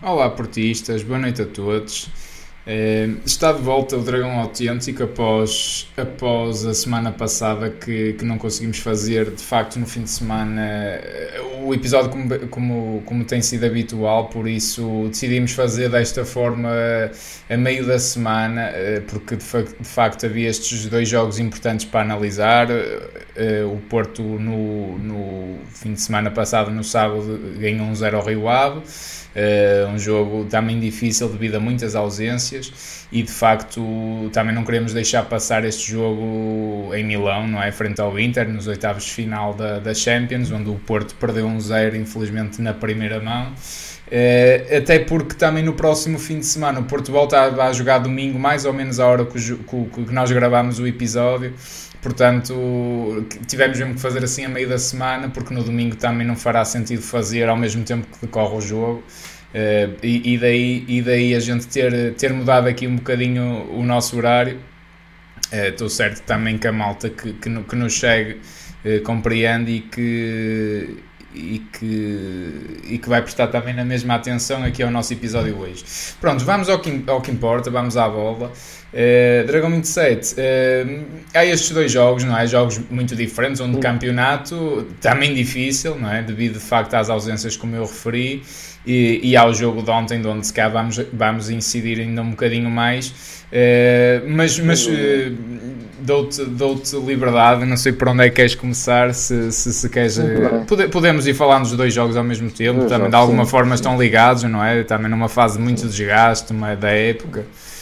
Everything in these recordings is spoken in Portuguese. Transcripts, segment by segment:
Olá, portistas, boa noite a todos. Está de volta o Dragão Autêntico após a semana passada que não conseguimos fazer, de facto, no fim de semana o episódio como tem sido habitual, por isso decidimos fazer desta forma a meio da semana, porque de facto havia estes dois jogos importantes para analisar. O Porto no fim de semana passado, no sábado, ganhou 1-0 ao Rio Ave. Um jogo também difícil devido a muitas ausências e de facto também não queremos deixar passar este jogo em Milão, não é? Frente ao Inter, nos oitavos de final da Champions, onde o Porto perdeu 1-0 infelizmente na primeira mão. Até porque também no próximo fim de semana o Porto volta a jogar domingo, mais ou menos à hora que nós gravámos o episódio. Portanto, tivemos mesmo que fazer assim a meio da semana, porque no domingo também não fará sentido fazer ao mesmo tempo que decorre o jogo. E daí a gente ter mudado aqui um bocadinho o nosso horário. Estou certo também que a malta que nos segue compreende e que vai prestar também na mesma atenção aqui ao nosso episódio hoje. Pronto, vamos ao que importa, vamos à bola. Dragão 27, há estes dois jogos, não é? Jogos muito diferentes, onde o campeonato também difícil, não é? Devido de facto às ausências como eu referi, e ao jogo de ontem, onde se calhar vamos incidir ainda um bocadinho mais, mas dou-te liberdade, não sei por onde é que queres começar, se queres. Podemos ir falando dos dois jogos ao mesmo tempo, também de alguma forma estão ligados, não é? Também numa fase de muito desgaste, da época.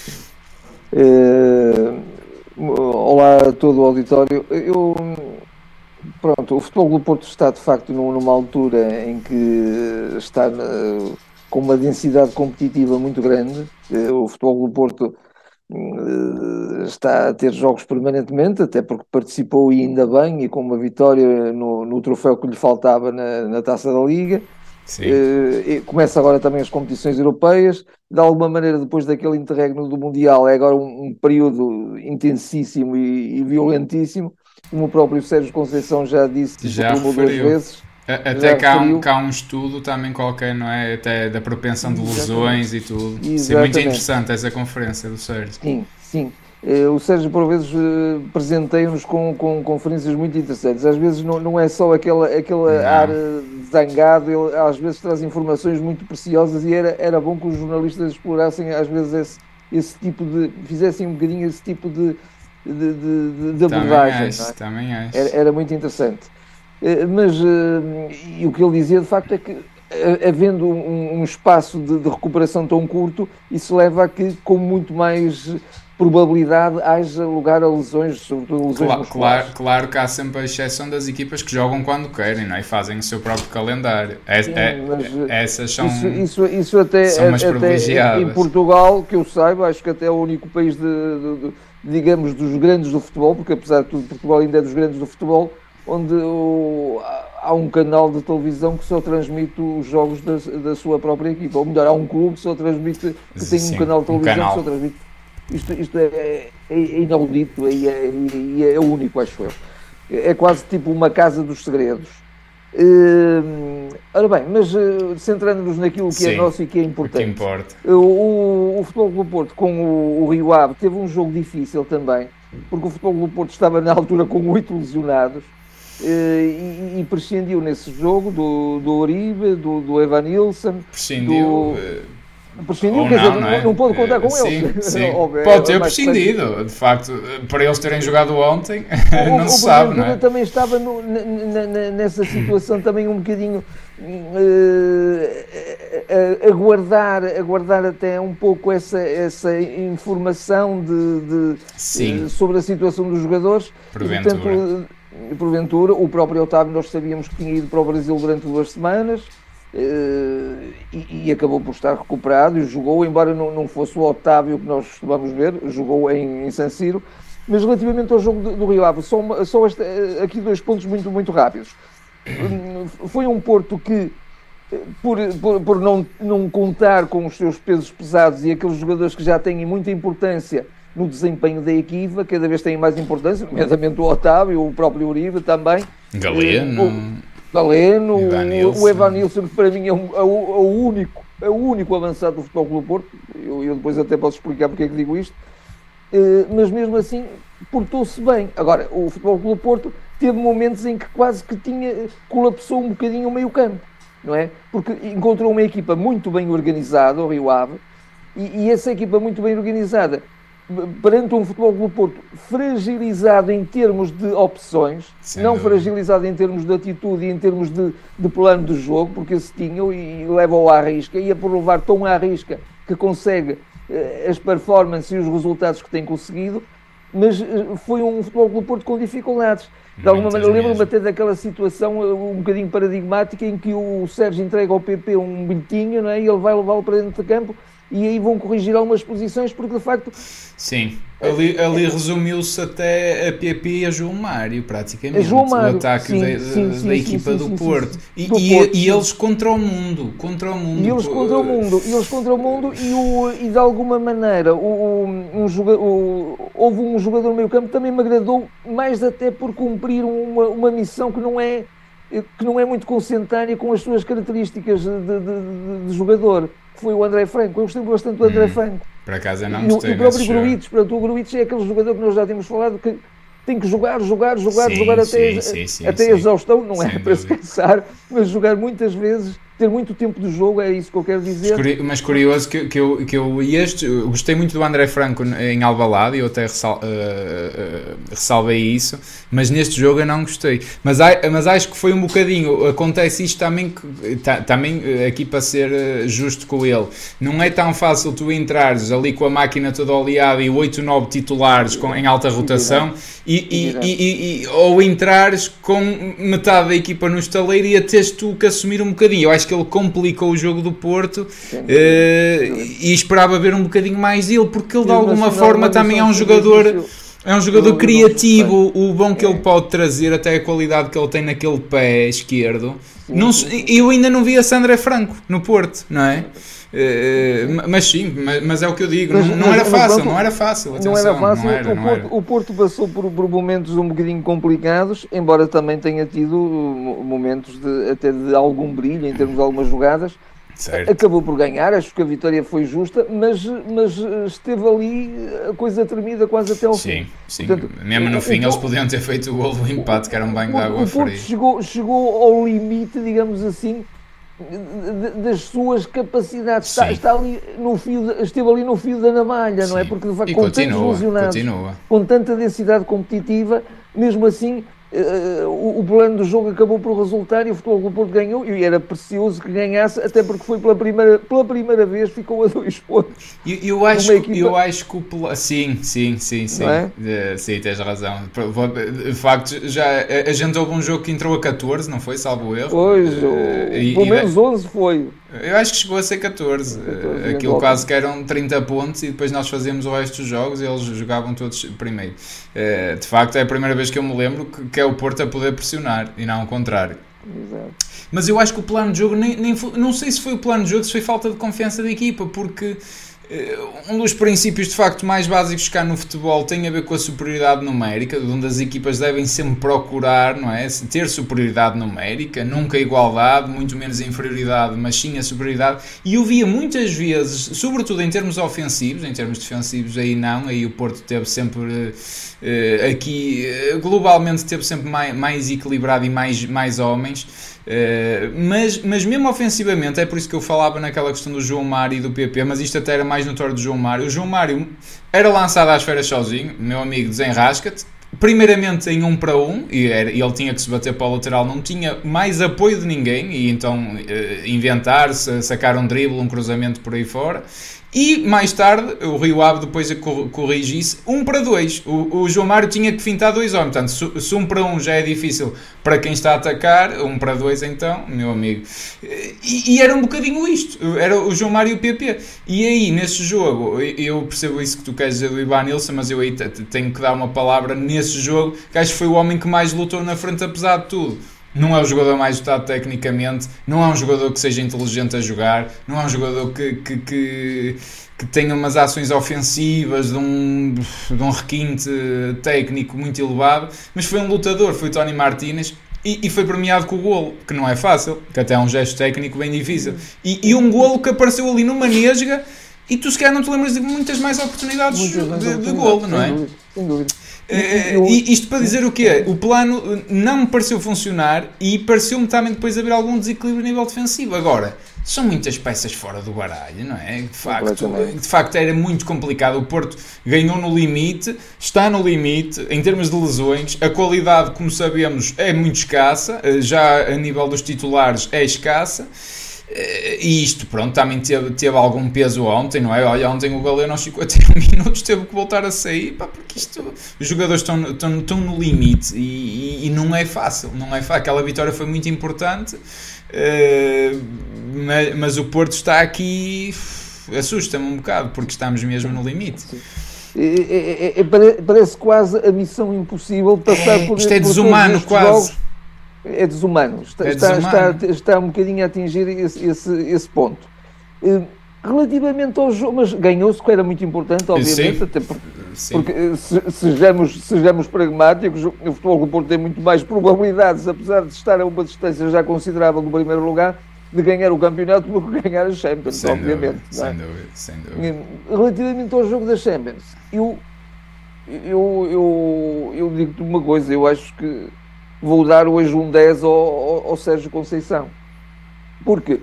Olá a todo o auditório. O Futebol do Porto está de facto numa altura em que está com uma densidade competitiva muito grande. O Futebol do Porto está a ter jogos permanentemente, até porque participou e ainda bem, e com uma vitória no troféu que lhe faltava na Taça da Liga. Começa agora também as competições europeias. De alguma maneira, depois daquele interregno do Mundial, é agora um período intensíssimo e violentíssimo, como o próprio Sérgio Conceição já disse, já uma ou duas vezes. Até cá há um estudo também qualquer, não é? Até da propensão de lesões e tudo. Sim, muito interessante essa conferência do Sérgio. Sim. O Sérgio, por vezes, presenteia-nos com conferências muito interessantes. Às vezes não é só aquele ar zangado, ele às vezes traz informações muito preciosas, e era bom que os jornalistas explorassem às vezes esse tipo fizessem um bocadinho esse tipo de abordagem. Também acho. Era muito interessante. Mas e o que ele dizia de facto é que, havendo um espaço de recuperação tão curto, isso leva a que, com muito mais probabilidade, haja lugar a lesões, sobretudo lesões musculares. Claro que há sempre a exceção das equipas que jogam quando querem, não é? E fazem o seu próprio calendário. Essas são isso até em Portugal, que eu saiba, acho que até é o único país digamos, dos grandes do futebol, porque apesar de tudo Portugal ainda é dos grandes do futebol, onde há um canal de televisão que só transmite os jogos da sua própria equipa. Ou melhor, há um clube que só transmite, que tem um canal de televisão que só transmite. Isto é inaudito e é único, acho eu. É quase tipo uma casa dos segredos. Ora bem, mas centrando-nos naquilo que é nosso e que é importante. Que importa. O Futebol do Porto com o Rio Ave teve um jogo difícil também, porque o Futebol do Porto estava na altura com 8 lesionados. E prescindiu nesse jogo do Uribe, do Evanilson. Prescindiu, quer dizer, não pode contar com eles. Sim. Pode ter prescindido, de facto, para eles terem jogado ontem, não se sabe, não é? Também estava nessa situação também um bocadinho aguardar até um pouco essa informação sobre a situação dos jogadores. Porventura, o próprio Otávio, nós sabíamos que tinha ido para o Brasil durante 2 semanas. E acabou por estar recuperado e jogou, embora não fosse o Otávio que nós costumamos ver, jogou em San Siro. Mas relativamente ao jogo do Rio Ave, aqui 2 pontos muito, muito rápidos. Foi um Porto que, por não contar com os seus pesos pesados e aqueles jogadores que já têm muita importância no desempenho da equipa, cada vez têm mais importância, nomeadamente o Otávio, o próprio Uribe também. Galeno, o Evanilson, que para mim é o único é o único avançado do Futebol Clube do Porto, eu depois até posso explicar porque é que digo isto, mas mesmo assim portou-se bem. Agora, o Futebol Clube do Porto teve momentos em que quase que colapsou um bocadinho o meio campo, não é? Porque encontrou uma equipa muito bem organizada, o Rio Ave, e essa equipa muito bem organizada, perante um Futebol Clube do Porto fragilizado em termos de opções, não fragilizado em termos de atitude e em termos de plano de jogo, porque esse tinham e leva-o à risca, e é por levar tão à risca que consegue as performances e os resultados que tem conseguido, mas foi um Futebol Clube do Porto com dificuldades. De alguma maneira, lembro-me até daquela situação um bocadinho paradigmática em que o Sérgio entrega ao PP um bilhetinho, não é? E ele vai levá-lo para dentro de campo, e aí vão corrigir algumas posições, porque de facto... Sim, ali resumiu-se até a PP e a João Mário, praticamente, João Mário, o ataque da equipa do Porto. E eles contra o mundo. E eles contra o mundo, e de alguma maneira houve um jogador no meio campo que também me agradou, mais até por cumprir uma missão que não é muito concentrada com as suas características de jogador. Foi o André Franco. Eu gostei bastante do André Franco. Por acaso eu não gostei. E o próprio Gruitch. O Gruitch é aquele jogador que nós já tínhamos falado que tem que jogar até a exaustão, não é para se cansar, mas jogar muitas vezes, ter muito tempo de jogo, é isso que eu quero dizer. Mas curioso que eu gostei muito do André Franco em Alvalade, eu até ressalvei isso, mas neste jogo eu não gostei. Mas acho que foi um bocadinho, acontece isto também aqui para ser justo com ele, não é tão fácil tu entrares ali com a máquina toda oleada e 8, 9 titulares em alta rotação ou entrares com metade da equipa no estaleiro e a teres tu que assumir um bocadinho. Eu acho que ele complicou o jogo do Porto e esperava ver um bocadinho mais dele, porque ele de alguma forma também é um jogador criativo. O bom que ele pode trazer, até a qualidade que ele tem naquele pé esquerdo. Eu ainda não vi a André Franco no Porto, não é? Mas é o que eu digo, não era fácil. O Porto passou por momentos um bocadinho complicados, embora também tenha tido momentos até de algum brilho em termos de algumas jogadas. Certo. Acabou por ganhar, acho que a vitória foi justa, mas esteve ali a coisa tremida quase até ao fim. Sim. Portanto, mesmo no fim eles podiam ter feito o gol do empate, que era um banho de água fria. O Porto chegou ao limite, digamos assim, das suas capacidades. Está ali esteve ali no fio da navalha, não é? Porque de facto, com tantos lesionados, com tanta densidade competitiva, mesmo assim o plano do jogo acabou por resultar e o Futebol Clube do Porto ganhou, e era precioso que ganhasse, até porque foi pela primeira vez, ficou a 2 pontos. Eu acho que sim, tens razão. De facto, já a gente houve um jogo que entrou a 14, não foi? Salvo erro. Pois, pelo menos 11 foi. Eu acho que chegou a ser 14. Aquilo quase que eram 30 pontos e depois nós fazíamos o resto dos jogos e eles jogavam todos primeiro. De facto, é a primeira vez que eu me lembro que é o Porto a poder pressionar e não o contrário. Exato. Mas eu acho que o plano de jogo, não sei se foi o plano de jogo, se foi falta de confiança da equipa, porque um dos princípios de facto mais básicos cá no futebol tem a ver com a superioridade numérica, onde as equipas devem sempre procurar, não é? Ter superioridade numérica, nunca igualdade, muito menos inferioridade, mas sim a superioridade. E eu via muitas vezes, sobretudo em termos ofensivos, em termos defensivos aí não, aí o Porto teve sempre aqui globalmente teve sempre mais equilibrado e mais homens. Mas mesmo ofensivamente, é por isso que eu falava naquela questão do João Mário e do PP, mas isto até era mais notório do João Mário. O João Mário era lançado às feiras sozinho, meu amigo, desenrasca-te, primeiramente em 1 para 1, e ele tinha que se bater para o lateral, não tinha mais apoio de ninguém, e então inventar, sacar um drible, um cruzamento por aí fora. E mais tarde, o Rio Ave depois corrigisse 1 para 2. O João Mário tinha que fintar 2 homens. Portanto, se 1 para 1 já é difícil para quem está a atacar, 1 para 2 então, meu amigo. E era um bocadinho isto. Era o João Mário e o PP. E aí, nesse jogo, eu percebo isso que tu queres dizer do Ivanilson, mas eu aí tenho que dar uma palavra nesse jogo, que acho que foi o homem que mais lutou na frente, apesar de tudo. Não é o jogador mais dotado tecnicamente, não é um jogador que seja inteligente a jogar, não é um jogador que tenha umas ações ofensivas de um requinte técnico muito elevado, mas foi um lutador, foi Tony Martínez. e foi premiado com o golo, que não é fácil, que até é um gesto técnico bem difícil. E um golo que apareceu ali numa nesga e tu se calhar não te lembras de muitas mais oportunidades de golo, não é? Sem dúvida. E isto para dizer o quê? O plano não me pareceu funcionar e pareceu-me também depois haver algum desequilíbrio a nível defensivo. Agora, são muitas peças fora do baralho, não é? De facto era muito complicado. O Porto ganhou no limite, está no limite em termos de lesões. A qualidade, como sabemos, é muito escassa, já a nível dos titulares é escassa. E isto, pronto, também teve algum peso ontem, não é? Olha, ontem o Galeno aos 51 minutos teve que voltar a sair, porque os jogadores estão no limite e não é fácil, aquela vitória foi muito importante, mas o Porto está aqui, assusta-me um bocado, porque estamos mesmo no limite. Parece quase a missão impossível passar por isto é desumano quase. Jogos. É desumano. Está um bocadinho a atingir esse ponto. Relativamente ao jogo, mas ganhou-se, que era muito importante, obviamente, até porque sejamos pragmáticos, o Futebol do Porto tem muito mais probabilidades, apesar de estar a uma distância já considerável do primeiro lugar, de ganhar o campeonato do que ganhar a Champions, obviamente. Sem dúvida. Relativamente ao jogo da Champions, eu digo-te uma coisa, eu acho que vou dar hoje um 10 ao Sérgio Conceição, porque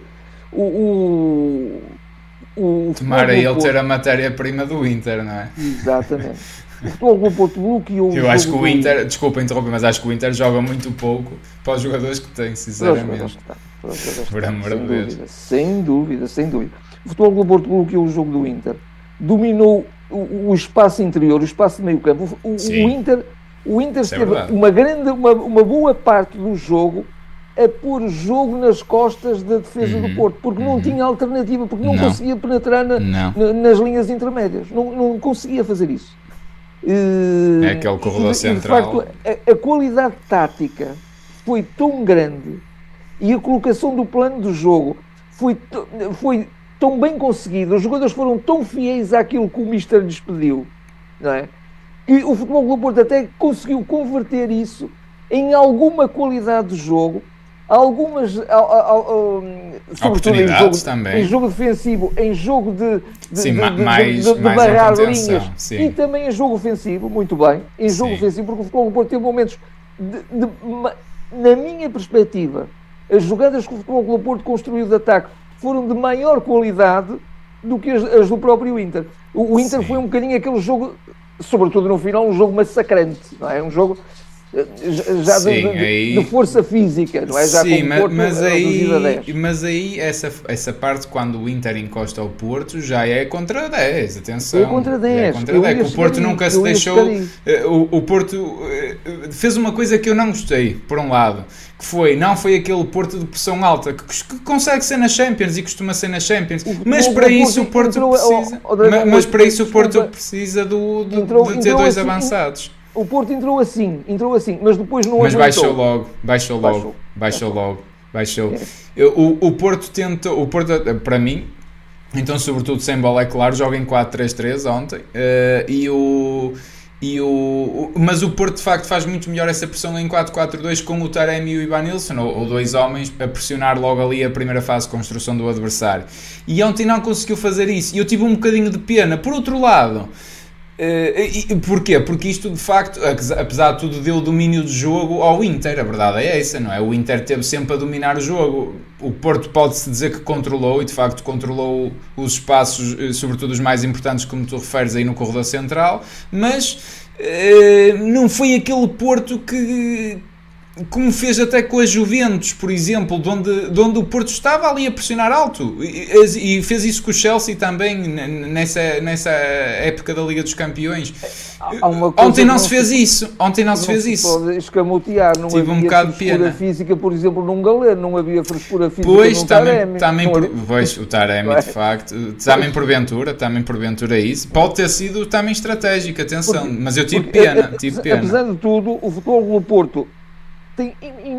tomara ele ter a matéria-prima do Inter, não é? Exatamente. O Futebol do Porto bloqueou. Eu acho que o Inter, desculpa interromper, mas acho que o Inter joga muito pouco para os jogadores que tem, sinceramente. Por amor de Deus. Sem dúvida. O Futebol do Porto bloqueou o jogo do Inter, dominou o espaço interior, o espaço de meio campo. O Inter esteve uma boa parte do jogo a pôr jogo nas costas da defesa do Porto, porque não tinha alternativa, porque não conseguia penetrar nas linhas intermédias, não conseguia fazer isso. É aquele corredor central. De facto, a qualidade tática foi tão grande e a colocação do plano do jogo foi tão bem conseguida, os jogadores foram tão fiéis àquilo que o Mister lhes pediu, não é? E o Futebol do Porto até conseguiu converter isso em alguma qualidade de jogo, algumas oportunidades também. Em jogo defensivo, em jogo de barrar linhas, e também em jogo ofensivo, muito bem, em jogo ofensivo, porque o Futebol do Porto teve momentos na minha perspectiva, as jogadas que o Futebol do Porto construiu de ataque foram de maior qualidade do que as do próprio Inter. O Inter foi um bocadinho aquele jogo, sobretudo no final, um jogo massacrante, não é? Um jogo já de força física, não é? Já sim, com o Porto reduzido a 10. Mas aí essa parte, quando o Inter encosta ao Porto, já é contra 10, atenção. É contra 10. O Porto nunca se deixou... O Porto fez uma coisa que eu não gostei, por um lado, que não foi aquele Porto de pressão alta, que consegue ser na Champions e costuma ser na Champions, mas para isso o Porto precisa... Mas para isso o Porto precisa de ter dois avançados. O Porto entrou assim, mas depois não aguentou. Mas baixou logo. O Porto tentou, para mim, então sobretudo sem bola, é claro, joga em 4-3-3 ontem, mas o Porto de facto faz muito melhor essa pressão em 4-4-2 com o Taremi e o Ivanilson, ou dois homens a pressionar logo ali a primeira fase de construção do adversário. E ontem não conseguiu fazer isso, e eu tive um bocadinho de pena. Por outro lado... Porquê? Porque isto de facto, apesar de tudo, deu domínio de jogo ao Inter, a verdade é essa, não é? O Inter esteve sempre a dominar o jogo. O Porto pode-se dizer que controlou, e de facto controlou os espaços, sobretudo os mais importantes, como tu referes aí no corredor central, mas não foi aquele Porto como fez até com a Juventus, por exemplo, de onde o Porto estava ali a pressionar alto, e fez isso com o Chelsea também nessa época da Liga dos Campeões. Ontem não se fez isso. Pode escamotear, não havia frescura física, por exemplo, num Galeno, não havia frescura física num Taremi. O Taremi, de facto, também porventura isso. Pode ter sido também estratégico, atenção, mas eu tive pena. Apesar de tudo, o Futebol do Porto tem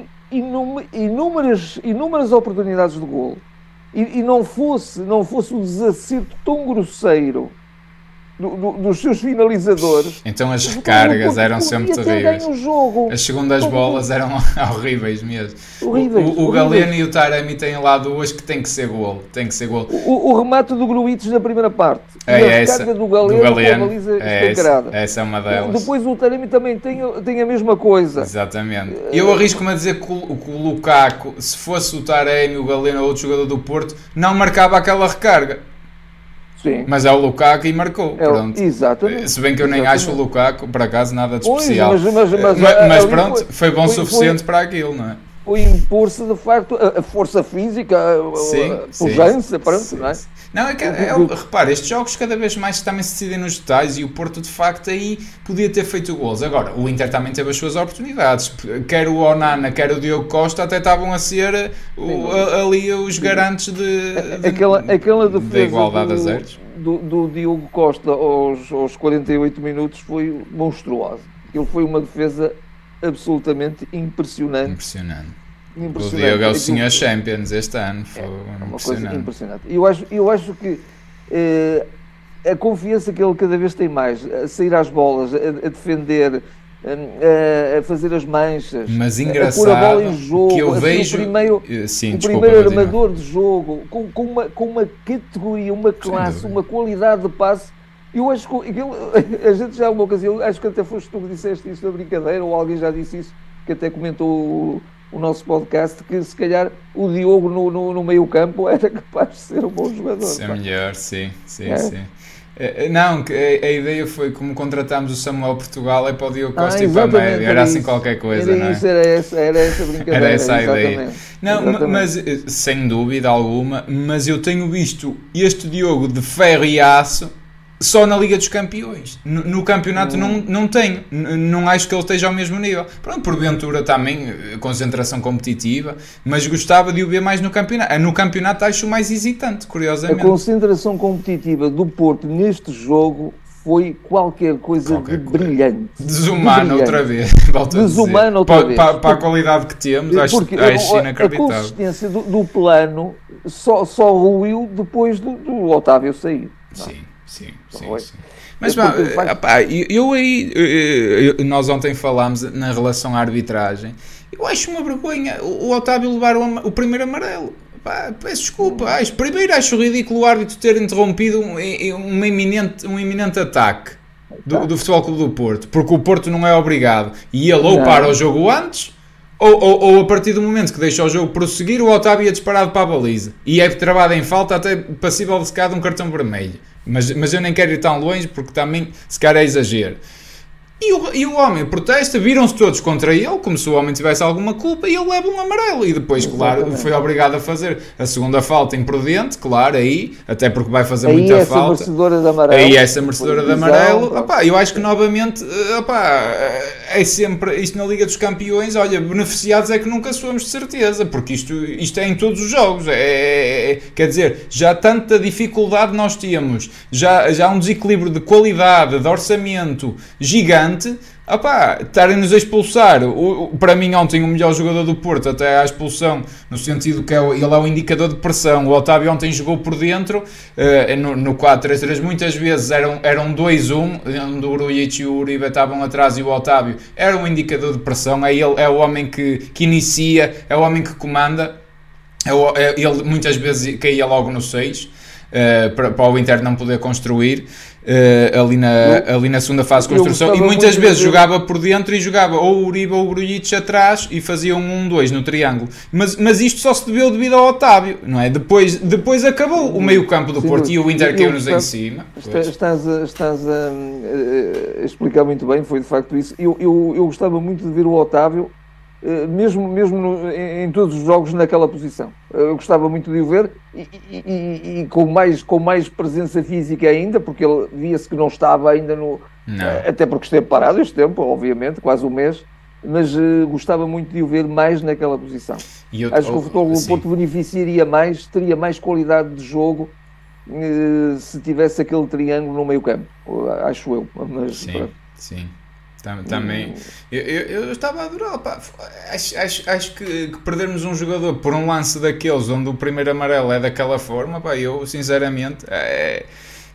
inúmeras oportunidades de golo, e não fosse um desacerto tão grosseiro dos seus finalizadores. Então as recargas eram sempre terríveis. Jogo. As segundas bolas eram horríveis mesmo. Horríveis, o Galeno e o Taremi têm lá duas que tem que ser golo. O remate do Gruitch na primeira parte. É a essa, recarga do Galeno com a baliza escancarada. Essa é uma delas. Depois o Taremi também tem a mesma coisa. Exatamente. Eu arrisco-me a dizer que o Lukaku, se fosse o Taremi, o Galeno ou outro jogador do Porto, não marcava aquela recarga. Sim. Mas é o Lukaku e marcou, pronto. Exatamente. Se bem que eu nem acho o Lukaku, por acaso, nada de especial. Mas pronto, foi bom o suficiente para aquilo, não é? Foi impor-se, de facto, a força física, a pujança, pronto, não é? Não, repara, estes jogos cada vez mais também se decidem nos detalhes e o Porto, de facto, aí podia ter feito golos. Agora, o Inter também teve as suas oportunidades. Quer o Onana, quer o Diogo Costa até estavam a ser ali os garantes aquela defesa da igualdade a zeros. Do Diogo Costa aos 48 minutos foi monstruosa. Ele foi uma defesa absolutamente impressionante. O Diogo é o senhor Champions este ano. Foi uma coisa impressionante. Eu acho que a confiança que ele cada vez tem mais, a sair às bolas, a defender, a fazer as manchas, mas engraçado, a pôr a bola em jogo, que eu vejo... o primeiro armador de jogo, com uma categoria, uma classe, uma qualidade de passe. Eu acho que a gente já uma ocasião, acho que até foste tu que disseste isso na brincadeira, ou alguém já disse isso, que até comentou o nosso podcast, que se calhar o Diogo no meio campo era capaz de ser um bom jogador. Ser melhor, sim. Não, a ideia foi como contratámos o Samuel Portugal, é para o Diogo Costa e para a média, era assim qualquer coisa, não é? Era essa brincadeira. Era essa a ideia. Não, mas sem dúvida alguma, mas eu tenho visto este Diogo de ferro e aço só na Liga dos Campeões. No campeonato não tenho. Não acho que ele esteja ao mesmo nível. Pronto, porventura também concentração competitiva, mas gostava de o ver mais no campeonato. No campeonato acho mais hesitante, curiosamente. A concentração competitiva do Porto neste jogo foi qualquer coisa de brilhante. Desumano outra vez. Desumano outra vez. Para a qualidade que temos, acho inacreditável. A consistência do plano só ruiu depois do Otávio sair. Sim. Mas nós ontem falámos na relação à arbitragem. Eu acho uma vergonha o Otávio levar o primeiro amarelo. Peço desculpa. Primeiro acho ridículo o árbitro ter interrompido um iminente ataque do Futebol Clube do Porto, porque o Porto não é obrigado. E ele ou para o jogo antes, ou a partir do momento que deixa o jogo prosseguir, o Otávio é disparado para a baliza. E é travado em falta, até passível de secar de um cartão vermelho. Mas eu nem quero ir tão longe, porque também se calhar é exagero. E o homem protesta, viram-se todos contra ele, como se o homem tivesse alguma culpa, e ele leva um amarelo. E depois, claro, foi obrigado a fazer a segunda falta imprudente, claro, aí, até porque vai fazer muita falta. Aí essa merecedora de amarelo. Eu acho que novamente, é sempre isto na Liga dos Campeões. Olha, beneficiados é que nunca somos de certeza, porque isto é em todos os jogos. Quer dizer, já tanta dificuldade nós tínhamos, já há um desequilíbrio de qualidade, de orçamento gigante. Estarem-nos a expulsar. Para mim ontem o melhor jogador do Porto até à expulsão, no sentido que ele é o indicador de pressão. O Otávio ontem jogou por dentro no 4-3-3, muitas vezes eram 2-1, onde o Gruitch e o Uribe estavam atrás, e o Otávio era um indicador de pressão. Ele é o homem que inicia, é o homem que comanda. Ele muitas vezes caía logo no 6 para o Inter não poder construir ali na segunda fase de construção, e muitas vezes jogava por dentro e jogava ou o Uribe ou o Gruitch atrás e fazia um 1-2 no triângulo, mas isto só se deveu devido ao Otávio, não é? Depois acabou o meio campo do Porto e o Inter caiu-nos em cima. Estás a explicar muito bem, foi de facto isso. Eu gostava muito de ver o Otávio mesmo em todos os jogos naquela posição. Eu gostava muito de o ver e com mais presença física ainda, porque ele via-se que não estava ainda até porque esteve parado este tempo, obviamente, quase um mês, mas gostava muito de o ver mais naquela posição. Acho que o Futebol do Porto beneficiaria mais, teria mais qualidade de jogo se tivesse aquele triângulo no meio campo, acho eu. Mas, sim. Também eu estava a adorar. Acho que perdermos um jogador por um lance daqueles onde o primeiro amarelo é daquela forma, eu sinceramente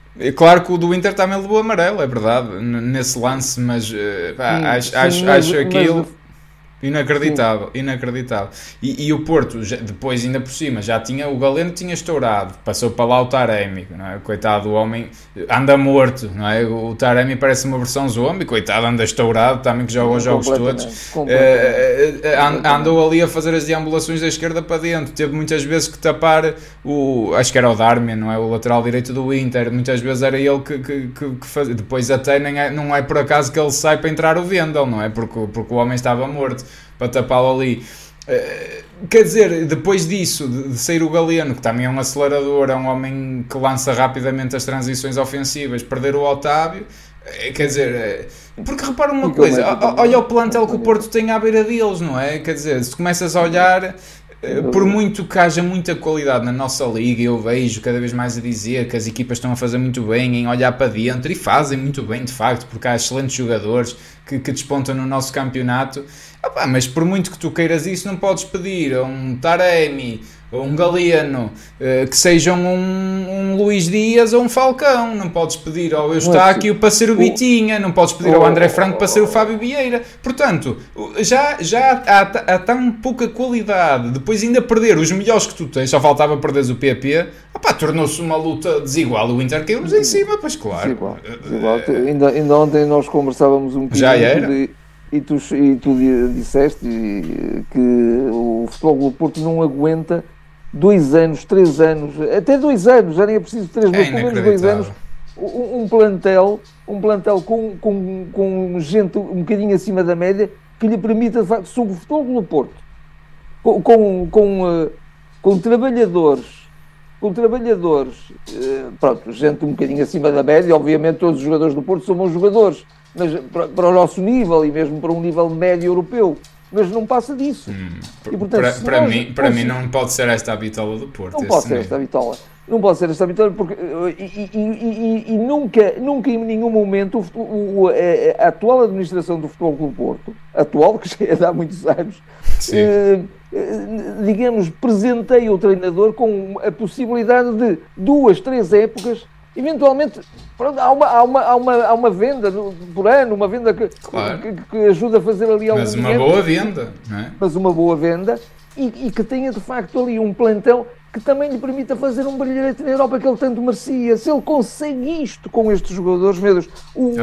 Claro que o do Inter também levou amarelo, é verdade, nesse lance, mas acho aquilo... Inacreditável. E o Porto, depois ainda por cima, o Galeno tinha estourado, passou para lá o Taremi, não é? Coitado, o homem anda morto, não é? O Taremi parece uma versão zombie, coitado, anda estourado, também que joga os jogos todos, andou ali a fazer as deambulações da esquerda para dentro, teve muitas vezes que tapar acho que era o Darmian, não é? O lateral direito do Inter, muitas vezes era ele que fazia, depois até não é por acaso que ele sai para entrar o Wendel, não é? Porque o homem estava morto para tapá-lo ali. Quer dizer, depois disso, de sair o Galeno, que também é um acelerador, é um homem que lança rapidamente as transições ofensivas, perder o Otávio, quer dizer, porque repara uma coisa, olha o plantel que o Porto tem à beira deles, não é? Quer dizer, se começas a olhar, por muito que haja muita qualidade na nossa liga, eu vejo cada vez mais a dizer que as equipas estão a fazer muito bem em olhar para dentro, e fazem muito bem de facto, porque há excelentes jogadores que despontam no nosso campeonato. Mas por muito que tu queiras isso, não podes pedir a um Taremi ou um Galeno que sejam um Luís Dias ou um Falcão. Não podes pedir ao Eustáquio para ser o Vitinha, não podes pedir ao André Franco para ser o Fábio Vieira. Portanto, já há tão pouca qualidade. Depois ainda perder os melhores que tu tens, só faltava perderes o PP. Tornou-se uma luta desigual. O Inter caiu-nos em cima, pois claro. Desigual. Ainda ontem nós conversávamos um bocadinho. Já era. E tu disseste que o Futebol do Porto não aguenta 2 anos, 3 anos, até 2 anos, já nem é preciso 3, mas pelo menos 2 anos, um plantel com gente um bocadinho acima da média, que lhe permita, de facto, sobre o Futebol do Porto, com trabalhadores, pronto, gente um bocadinho acima da média. Obviamente todos os jogadores do Porto são bons jogadores, mas para o nosso nível e mesmo para um nível médio europeu, mas não passa disso. E, portanto, para mim não pode ser esta a bitola do Porto. Não pode ser esta a bitola, porque nunca em nenhum momento a atual administração do Futebol Clube Porto, que já é de há muitos anos, digamos, presenteia o treinador com a possibilidade de 2, 3 épocas. Eventualmente, pronto, há uma venda por ano, uma venda que ajuda a fazer ali algum dinheiro. Mas uma boa venda, não é? Mas uma boa venda e que tenha de facto ali um plantel que também lhe permita fazer um brilharete na Europa que ele tanto merecia. Se ele consegue isto com estes jogadores, meu Deus,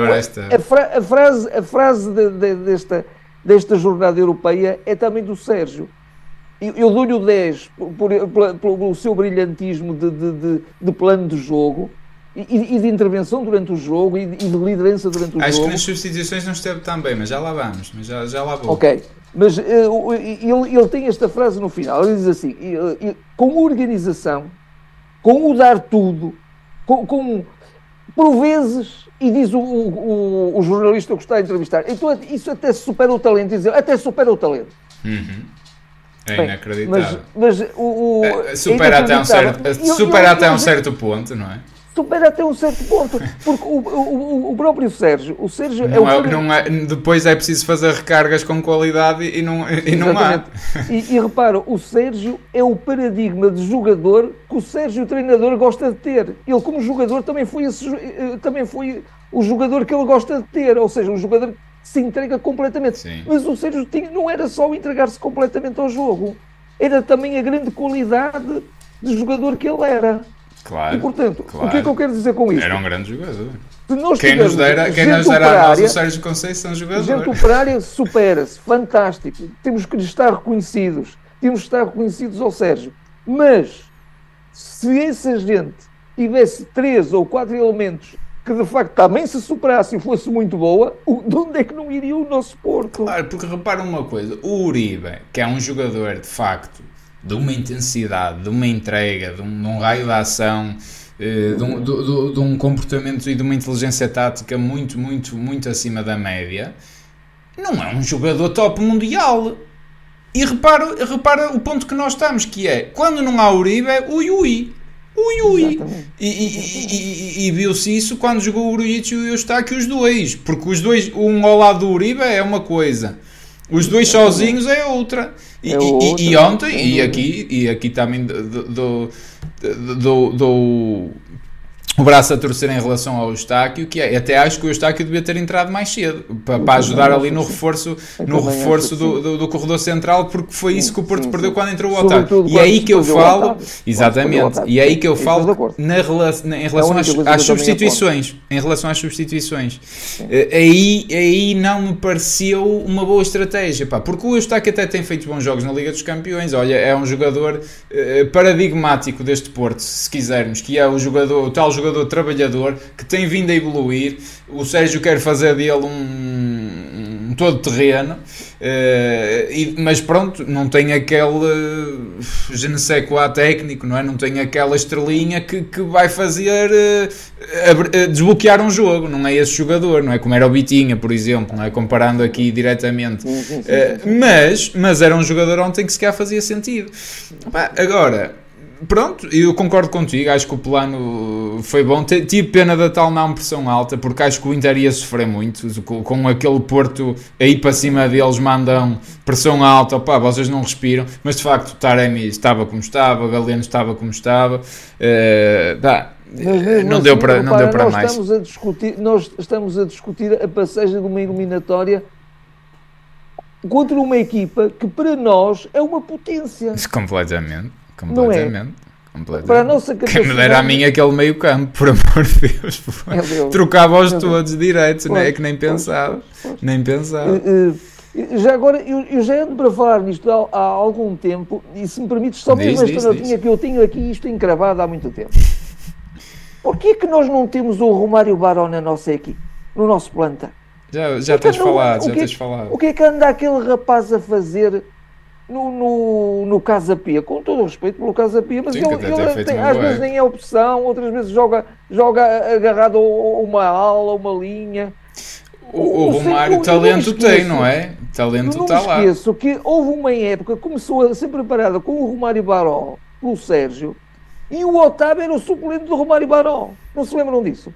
a frase desta jornada europeia é também do Sérgio. Eu dou-lhe o 10 pelo seu brilhantismo de plano de jogo e de intervenção durante o jogo e de liderança durante o jogo. Acho que nas substituições não esteve tão bem, mas já lá vamos, já lá vou. Ok, mas ele tem esta frase no final, ele diz assim, com organização, com o dar tudo, com por vezes, e diz o jornalista que está a entrevistar, então isso até supera o talento, até supera o talento. É inacreditável. Mas supera até um certo ponto, não é? Supera até um certo ponto, porque o próprio Sérgio depois é preciso fazer recargas com qualidade e não há. E repara, o Sérgio é o paradigma de jogador que o Sérgio, o treinador, gosta de ter. Ele, como jogador, também foi o jogador que ele gosta de ter, ou seja, um jogador que se entrega completamente. Sim. Mas o Sérgio não era só entregar-se completamente ao jogo, era também a grande qualidade de jogador que ele era. Claro, e portanto, o que é que eu quero dizer com isto? Era um grande jogador. Quem nos dera a nós o Sérgio Conceição jogador. Gente operária supera-se, fantástico. Temos que lhe estar reconhecidos. Temos que estar reconhecidos ao Sérgio. Mas, se essa gente tivesse 3 ou 4 elementos que de facto também se superasse e fosse muito boa, de onde é que não iria o nosso Porto? Claro, porque repara uma coisa, o Uribe, que é um jogador de facto de uma intensidade, de uma entrega, de um raio de ação, de um comportamento e de uma inteligência tática muito, muito, muito acima da média, não é um jogador top mundial. E repara o ponto que nós estamos, que é, quando não há Uribe, ui. E viu-se isso quando jogou o Grujic e o Eustáquio, os dois, porque os dois, um ao lado do Uribe é uma coisa, os dois sozinhos é outra. E ontem, e aqui também dou o braço a torcer em relação ao Eustáquio, que é, até acho que o Eustáquio devia ter entrado mais cedo, para ajudar ali no reforço do corredor central, porque foi isso que o Porto perdeu quando entrou o Otávio. E é aí que eu falo, exatamente, e é aí que eu falo em relação às substituições, aí não me pareceu uma boa estratégia, pá, porque o Eustáquio até tem feito bons jogos na Liga dos Campeões, olha, é um jogador paradigmático deste Porto, se quisermos, que é o tal jogador trabalhador que tem vindo a evoluir. O Sérgio quer fazer dele um todo-terreno, mas pronto, não tem aquele je ne sais quoi técnico, não é? Não tem aquela estrelinha que vai fazer desbloquear um jogo, não é esse jogador, não é como era o Bitinha, por exemplo, não é? Comparando aqui diretamente, mas era um jogador ontem que sequer fazia sentido. Agora, pronto, eu concordo contigo, acho que o plano foi bom. Tive pena da tal não pressão alta, porque acho que o Inter ia sofrer muito com aquele Porto aí para cima deles, mandam pressão alta, opá, vocês não respiram, mas de facto o Taremi estava como estava, o Galeno estava como estava, não deu para mais. Nós estamos a discutir a passagem de uma eliminatória contra uma equipa que para nós é uma potência. Completamente. Para a nossa capacidade... Quem me dera a mim aquele meio campo, por amor de Deus. Trocava-os todos direitos, não é que nem pensava. Nem pensava. Já agora, eu já ando para falar nisto há algum tempo, e se me permites, só mesmo esta notinha que eu tenho aqui, isto encravado há muito tempo. Porquê é que nós não temos o Romário Baró na nossa equipe, no nosso planta? Já tens falado. O que é que anda aquele rapaz a fazer no Casa Pia, com todo o respeito pelo Casa Pia, mas ele tem, às vezes nem é opção, outras vezes joga agarrado a uma ala, uma linha. O Romário talento tem, não é? Talento está lá. Não esqueço que houve uma época que começou a ser preparada com o Romário Baró pelo Sérgio, e o Otávio era o suplente do Romário Baró. Não se lembram disso?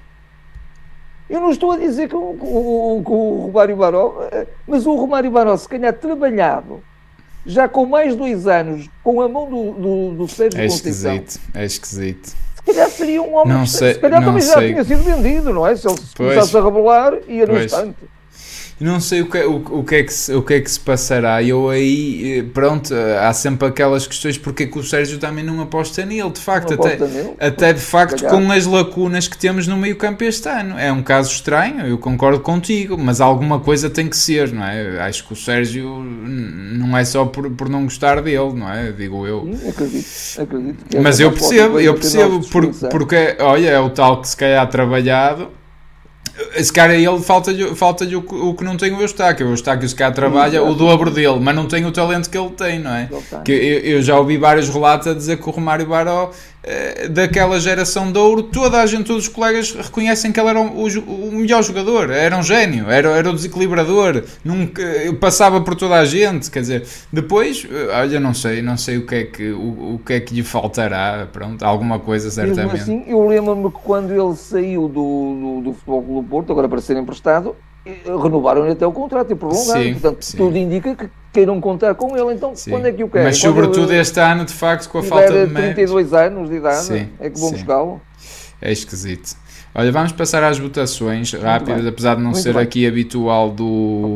Eu não estou a dizer que o Romário Baró, mas o Romário Baró, se calhar trabalhado já com mais 2 anos, com a mão do Sérgio Conceição. É esquisito. Se calhar seria um homem... Se calhar também já tinha sido vendido, não é? Se ele começasse a revelar, ia no instante. Não sei o que é que se passará. Eu aí, pronto, há sempre aquelas questões porque é que o Sérgio também não aposta nele, de facto, até de facto com as lacunas que temos no meio campo este ano. É um caso estranho, eu concordo contigo, mas alguma coisa tem que ser, não é? Acho que o Sérgio não é só por não gostar dele, não é? Digo eu. Acredito. Mas eu percebo porque, olha, é o tal que se calhar trabalhado. Esse cara ele falta-lhe o que não tem o Eustáquio. O Eustáquio se calhar trabalha o dobro dele, mas não tem o talento que ele tem, não é? Que eu já ouvi vários relatos a dizer que o Romário Baró, daquela geração de ouro, todos os colegas reconhecem que ele era o melhor jogador, era um gênio, era o desequilibrador, nunca, passava por toda a gente, quer dizer, depois, olha, não sei o que é que lhe faltará, pronto, alguma coisa certamente. Mesmo assim, eu lembro-me que quando ele saiu do Futebol Clube do Porto, agora para ser emprestado, renovaram-lhe até o contrato e prolongaram, portanto tudo indica que queiram contar com ele, então quando é que o querem? Mas sobretudo este ano, de facto, com a falta de méritos. 32 anos de idade, é que vão buscá-lo. É esquisito. Olha, vamos passar às votações rápidas, apesar de não ser aqui habitual do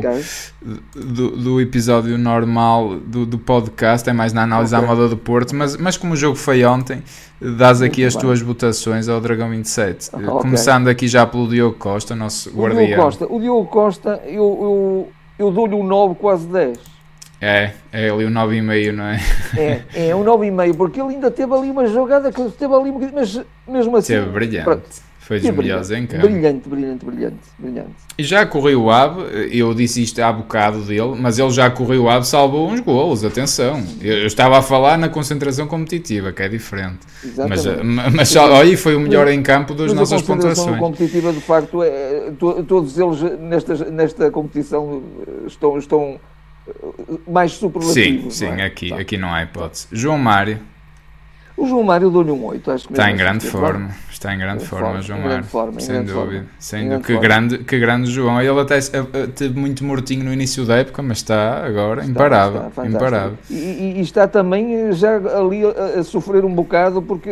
episódio normal do podcast, é mais na análise à moda do Porto, mas como o jogo foi ontem, dás aqui as tuas votações ao Dragão 27. Começando aqui já pelo Diogo Costa, nosso guardião. O Diogo Costa, eu dou-lhe um 9, quase 10. É ali o 9,5, não é? É um 9,5, porque ele ainda teve ali uma jogada que esteve ali um bocadinho, mas mesmo assim... Teve brilhante. Pronto. Foi dos melhores em campo. Brilhante. E já correu o AB, eu disse isto há bocado dele, mas ele já correu o AB, salvou uns golos, atenção. Eu estava a falar na concentração competitiva, que é diferente. Mas olha, foi o melhor em campo das nossas pontuações. A concentração competitiva, de facto, todos eles nesta competição estão mais superlativos. Sim, aqui não há hipótese. João Mário. O João Mário deu-lhe um 8, acho que está em grande forma. Está em grande forma, João Mário. Sem dúvida. Que grande João. Ele até esteve muito mortinho no início da época, mas está agora imparável. E está também já ali a sofrer um bocado, porque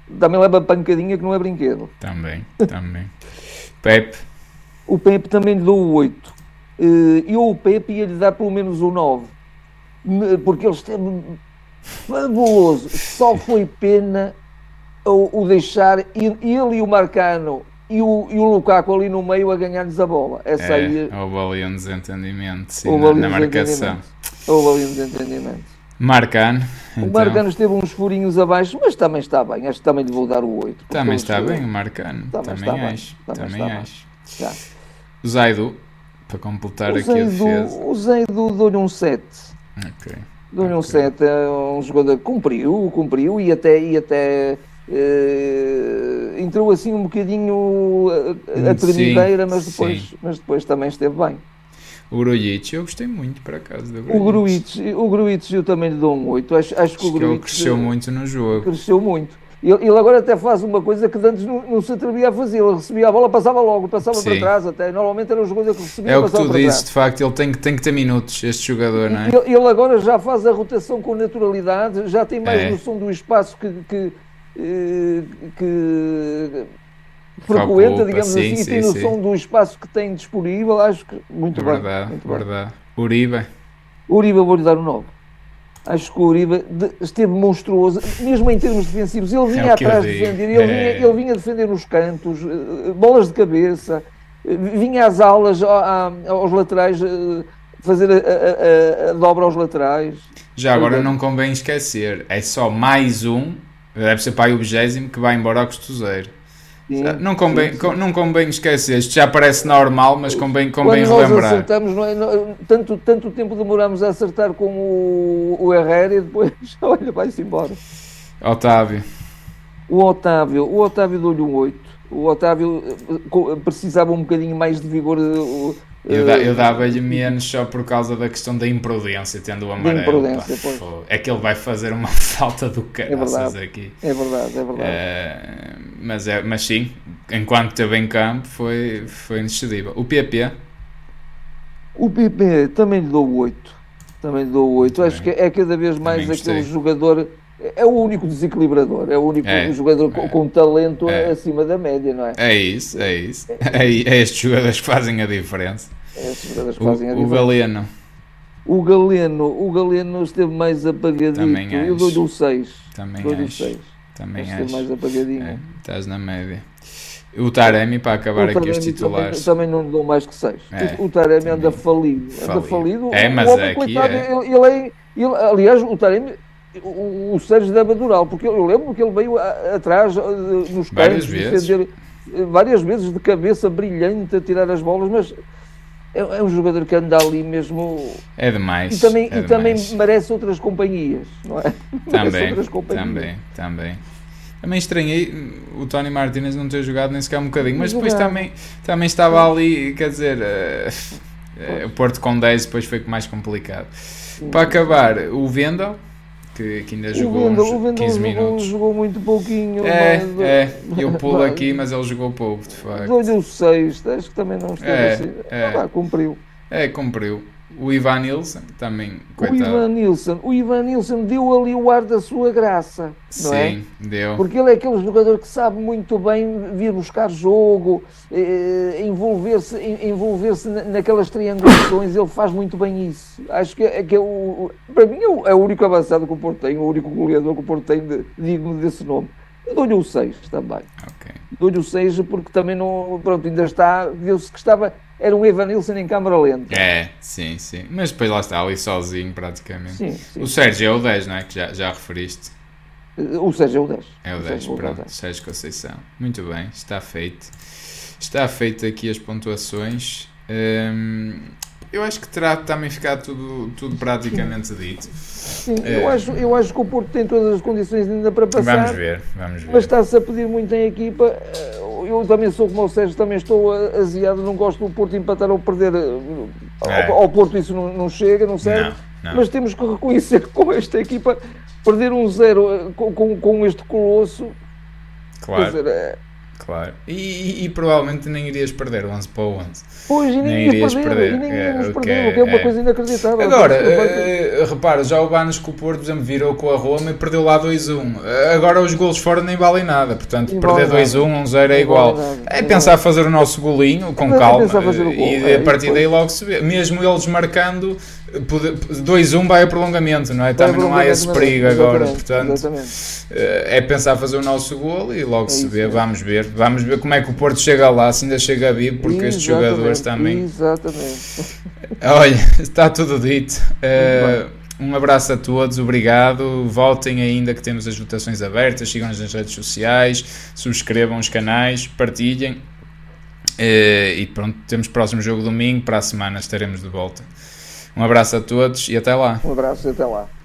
também leva pancadinha que não é brinquedo. Também. Pepe? O Pepe também lhe dou o 8. Eu o Pepe ia-lhe dar pelo menos o 9. Porque ele esteve fabuloso. Só foi pena o deixar ele e o Marcano e o Lukaku ali no meio a ganhar-lhes a bola. Essa aí... Houve ali um desentendimento, sim, na marcação. Houve ali um desentendimento. Marcano. Então. O Marcano esteve uns furinhos abaixo, mas também está bem. Acho que também lhe vou dar o 8. Também está bem o Marcano. Também acho. Já. O Zaidu, para completar aqui a defesa. O Zaidu deu-lhe um 7. Ok. Deu-lhe um 7. É um jogador que cumpriu e até entrou assim um bocadinho a tremideira, mas depois também esteve bem. O Grujic, eu gostei muito, por acaso, do Grujic. O Grujic eu também lhe dou um 8. Acho que o Grujic cresceu muito no jogo. Cresceu muito. Ele agora até faz uma coisa que antes não se atrevia a fazer. Ele recebia a bola, passava para trás até. Normalmente era um jogador que recebia e passava para trás. É o que tu dizes, de facto, ele tem que ter minutos, este jogador, não é? Ele agora já faz a rotação com naturalidade, já tem mais noção do espaço que frequenta, digamos assim, e tem noção do espaço que tem disponível. Acho que muito bem. Verdade. Uribe vou-lhe dar um 9. Acho que o Uribe esteve monstruoso, mesmo em termos defensivos. Ele vinha atrás de defender, ele vinha defender nos cantos, bolas de cabeça, vinha às aulas, aos laterais, fazer a dobra aos laterais. Já agora não convém esquecer, é só mais um, deve ser para aí o 20º, que vai embora ao Costuzeiro. Sim. Não convém esquecer, isto já parece normal, mas convém relembrar. Nós acertamos, tanto tempo demoramos a acertar com o Herrera e depois, olha, vai-se embora. Otávio. O Otávio deu-lhe um 8. O Otávio precisava um bocadinho mais de vigor. Eu dava-lhe menos só por causa da questão da imprudência, tendo o amarelo. É que ele vai fazer uma falta do caraças aqui. É verdade. Mas sim, enquanto esteve em campo foi inexcedível. O PP também lhe dou 8. Acho que é cada vez mais aquele jogador. É o único desequilibrador, é o único jogador com talento acima da média, não é? É isso. É estes jogadores que fazem a diferença. O Galeno esteve mais apagadinho. Eu dou-lhe um 6. Também acho. Esteve mais apagadinho. Estás na média. O Taremi, para acabar aqui os titulares. Também não lhe dou mais que 6. O Taremi anda falido. Mas o homem, coitado, ele, aliás, o Taremi... O Sérgio deve adorá-lo, porque eu lembro que ele veio atrás nos cantos, defender várias vezes de cabeça brilhante a tirar as bolas, mas é um jogador que anda ali mesmo. É demais. E também merece outras companhias, não é? Também. Também estranhei o Tony Martínez não ter jogado nem sequer um bocadinho, mas depois também estava ali, quer dizer, o Porto com 10 depois foi mais complicado. Para acabar, o Vendel, que ainda jogou uns 15 minutos. Jogou muito pouquinho. Eu pulo aqui, mas ele jogou pouco, de facto. Dou-lhe o 6, acho que também não esteve assim. Cumpriu. Cumpriu. O Ivan Nilsson também, coitado. O Ivan Nilsson deu ali o ar da sua graça, não é? Sim, deu. Porque ele é aquele jogador que sabe muito bem vir buscar jogo, envolver-se naquelas triangulações, ele faz muito bem isso. Acho que para mim é o único avançado que o Porto tem, o único goleador que o Porto tem digno desse nome. Eu dou-lhe o 6 também. Ok. Dou-lhe o 6 porque também não, ainda está, viu-se que era um Ivan Nilsson em câmara lenta. Sim. Mas depois lá está, ali sozinho praticamente. Sim. O Sérgio é o 10, não é? Que já referiste. O Sérgio é o 10. É o 10, pronto. Sérgio Conceição. Muito bem, está feito. Está feito aqui as pontuações. Eu acho que terá também ficado tudo praticamente dito. Sim, eu acho que o Porto tem todas as condições ainda para passar. Vamos ver. Mas está-se a pedir muito em equipa. Eu também sou como o Sérgio, também estou aziado, não gosto do Porto empatar ou perder. Ao Porto isso não chega, não serve. Não. Mas temos que reconhecer que com esta equipa, perder 1-0 com este colosso, claro. Quer dizer, Claro. E provavelmente nem irias perder o 11 para o 11. Pois, e nem irias perder. E nem iríamos perder, o que é uma coisa inacreditável. Agora, repara, já o Banas com o Porto, por exemplo, virou com a Roma e perdeu lá 2-1. Agora os golos fora nem valem nada. Portanto, perder 2-1, 1-0 é igual. É pensar fazer o nosso golinho com calma e a partir daí logo se vê. Mesmo eles marcando, 2-1 vai a prolongamento, não é? Também não há esse perigo agora. Portanto, é pensar fazer o nosso golo e logo se vê. Vamos ver como é que o Porto chega lá, se ainda chega vivo, porque estes jogadores também. Exatamente. Olha, está tudo dito. Um abraço a todos, obrigado. Voltem ainda que temos as votações abertas, sigam-nos nas redes sociais, subscrevam os canais, partilhem. E pronto, temos próximo jogo domingo, para a semana estaremos de volta. Um abraço a todos e até lá. Um abraço e até lá.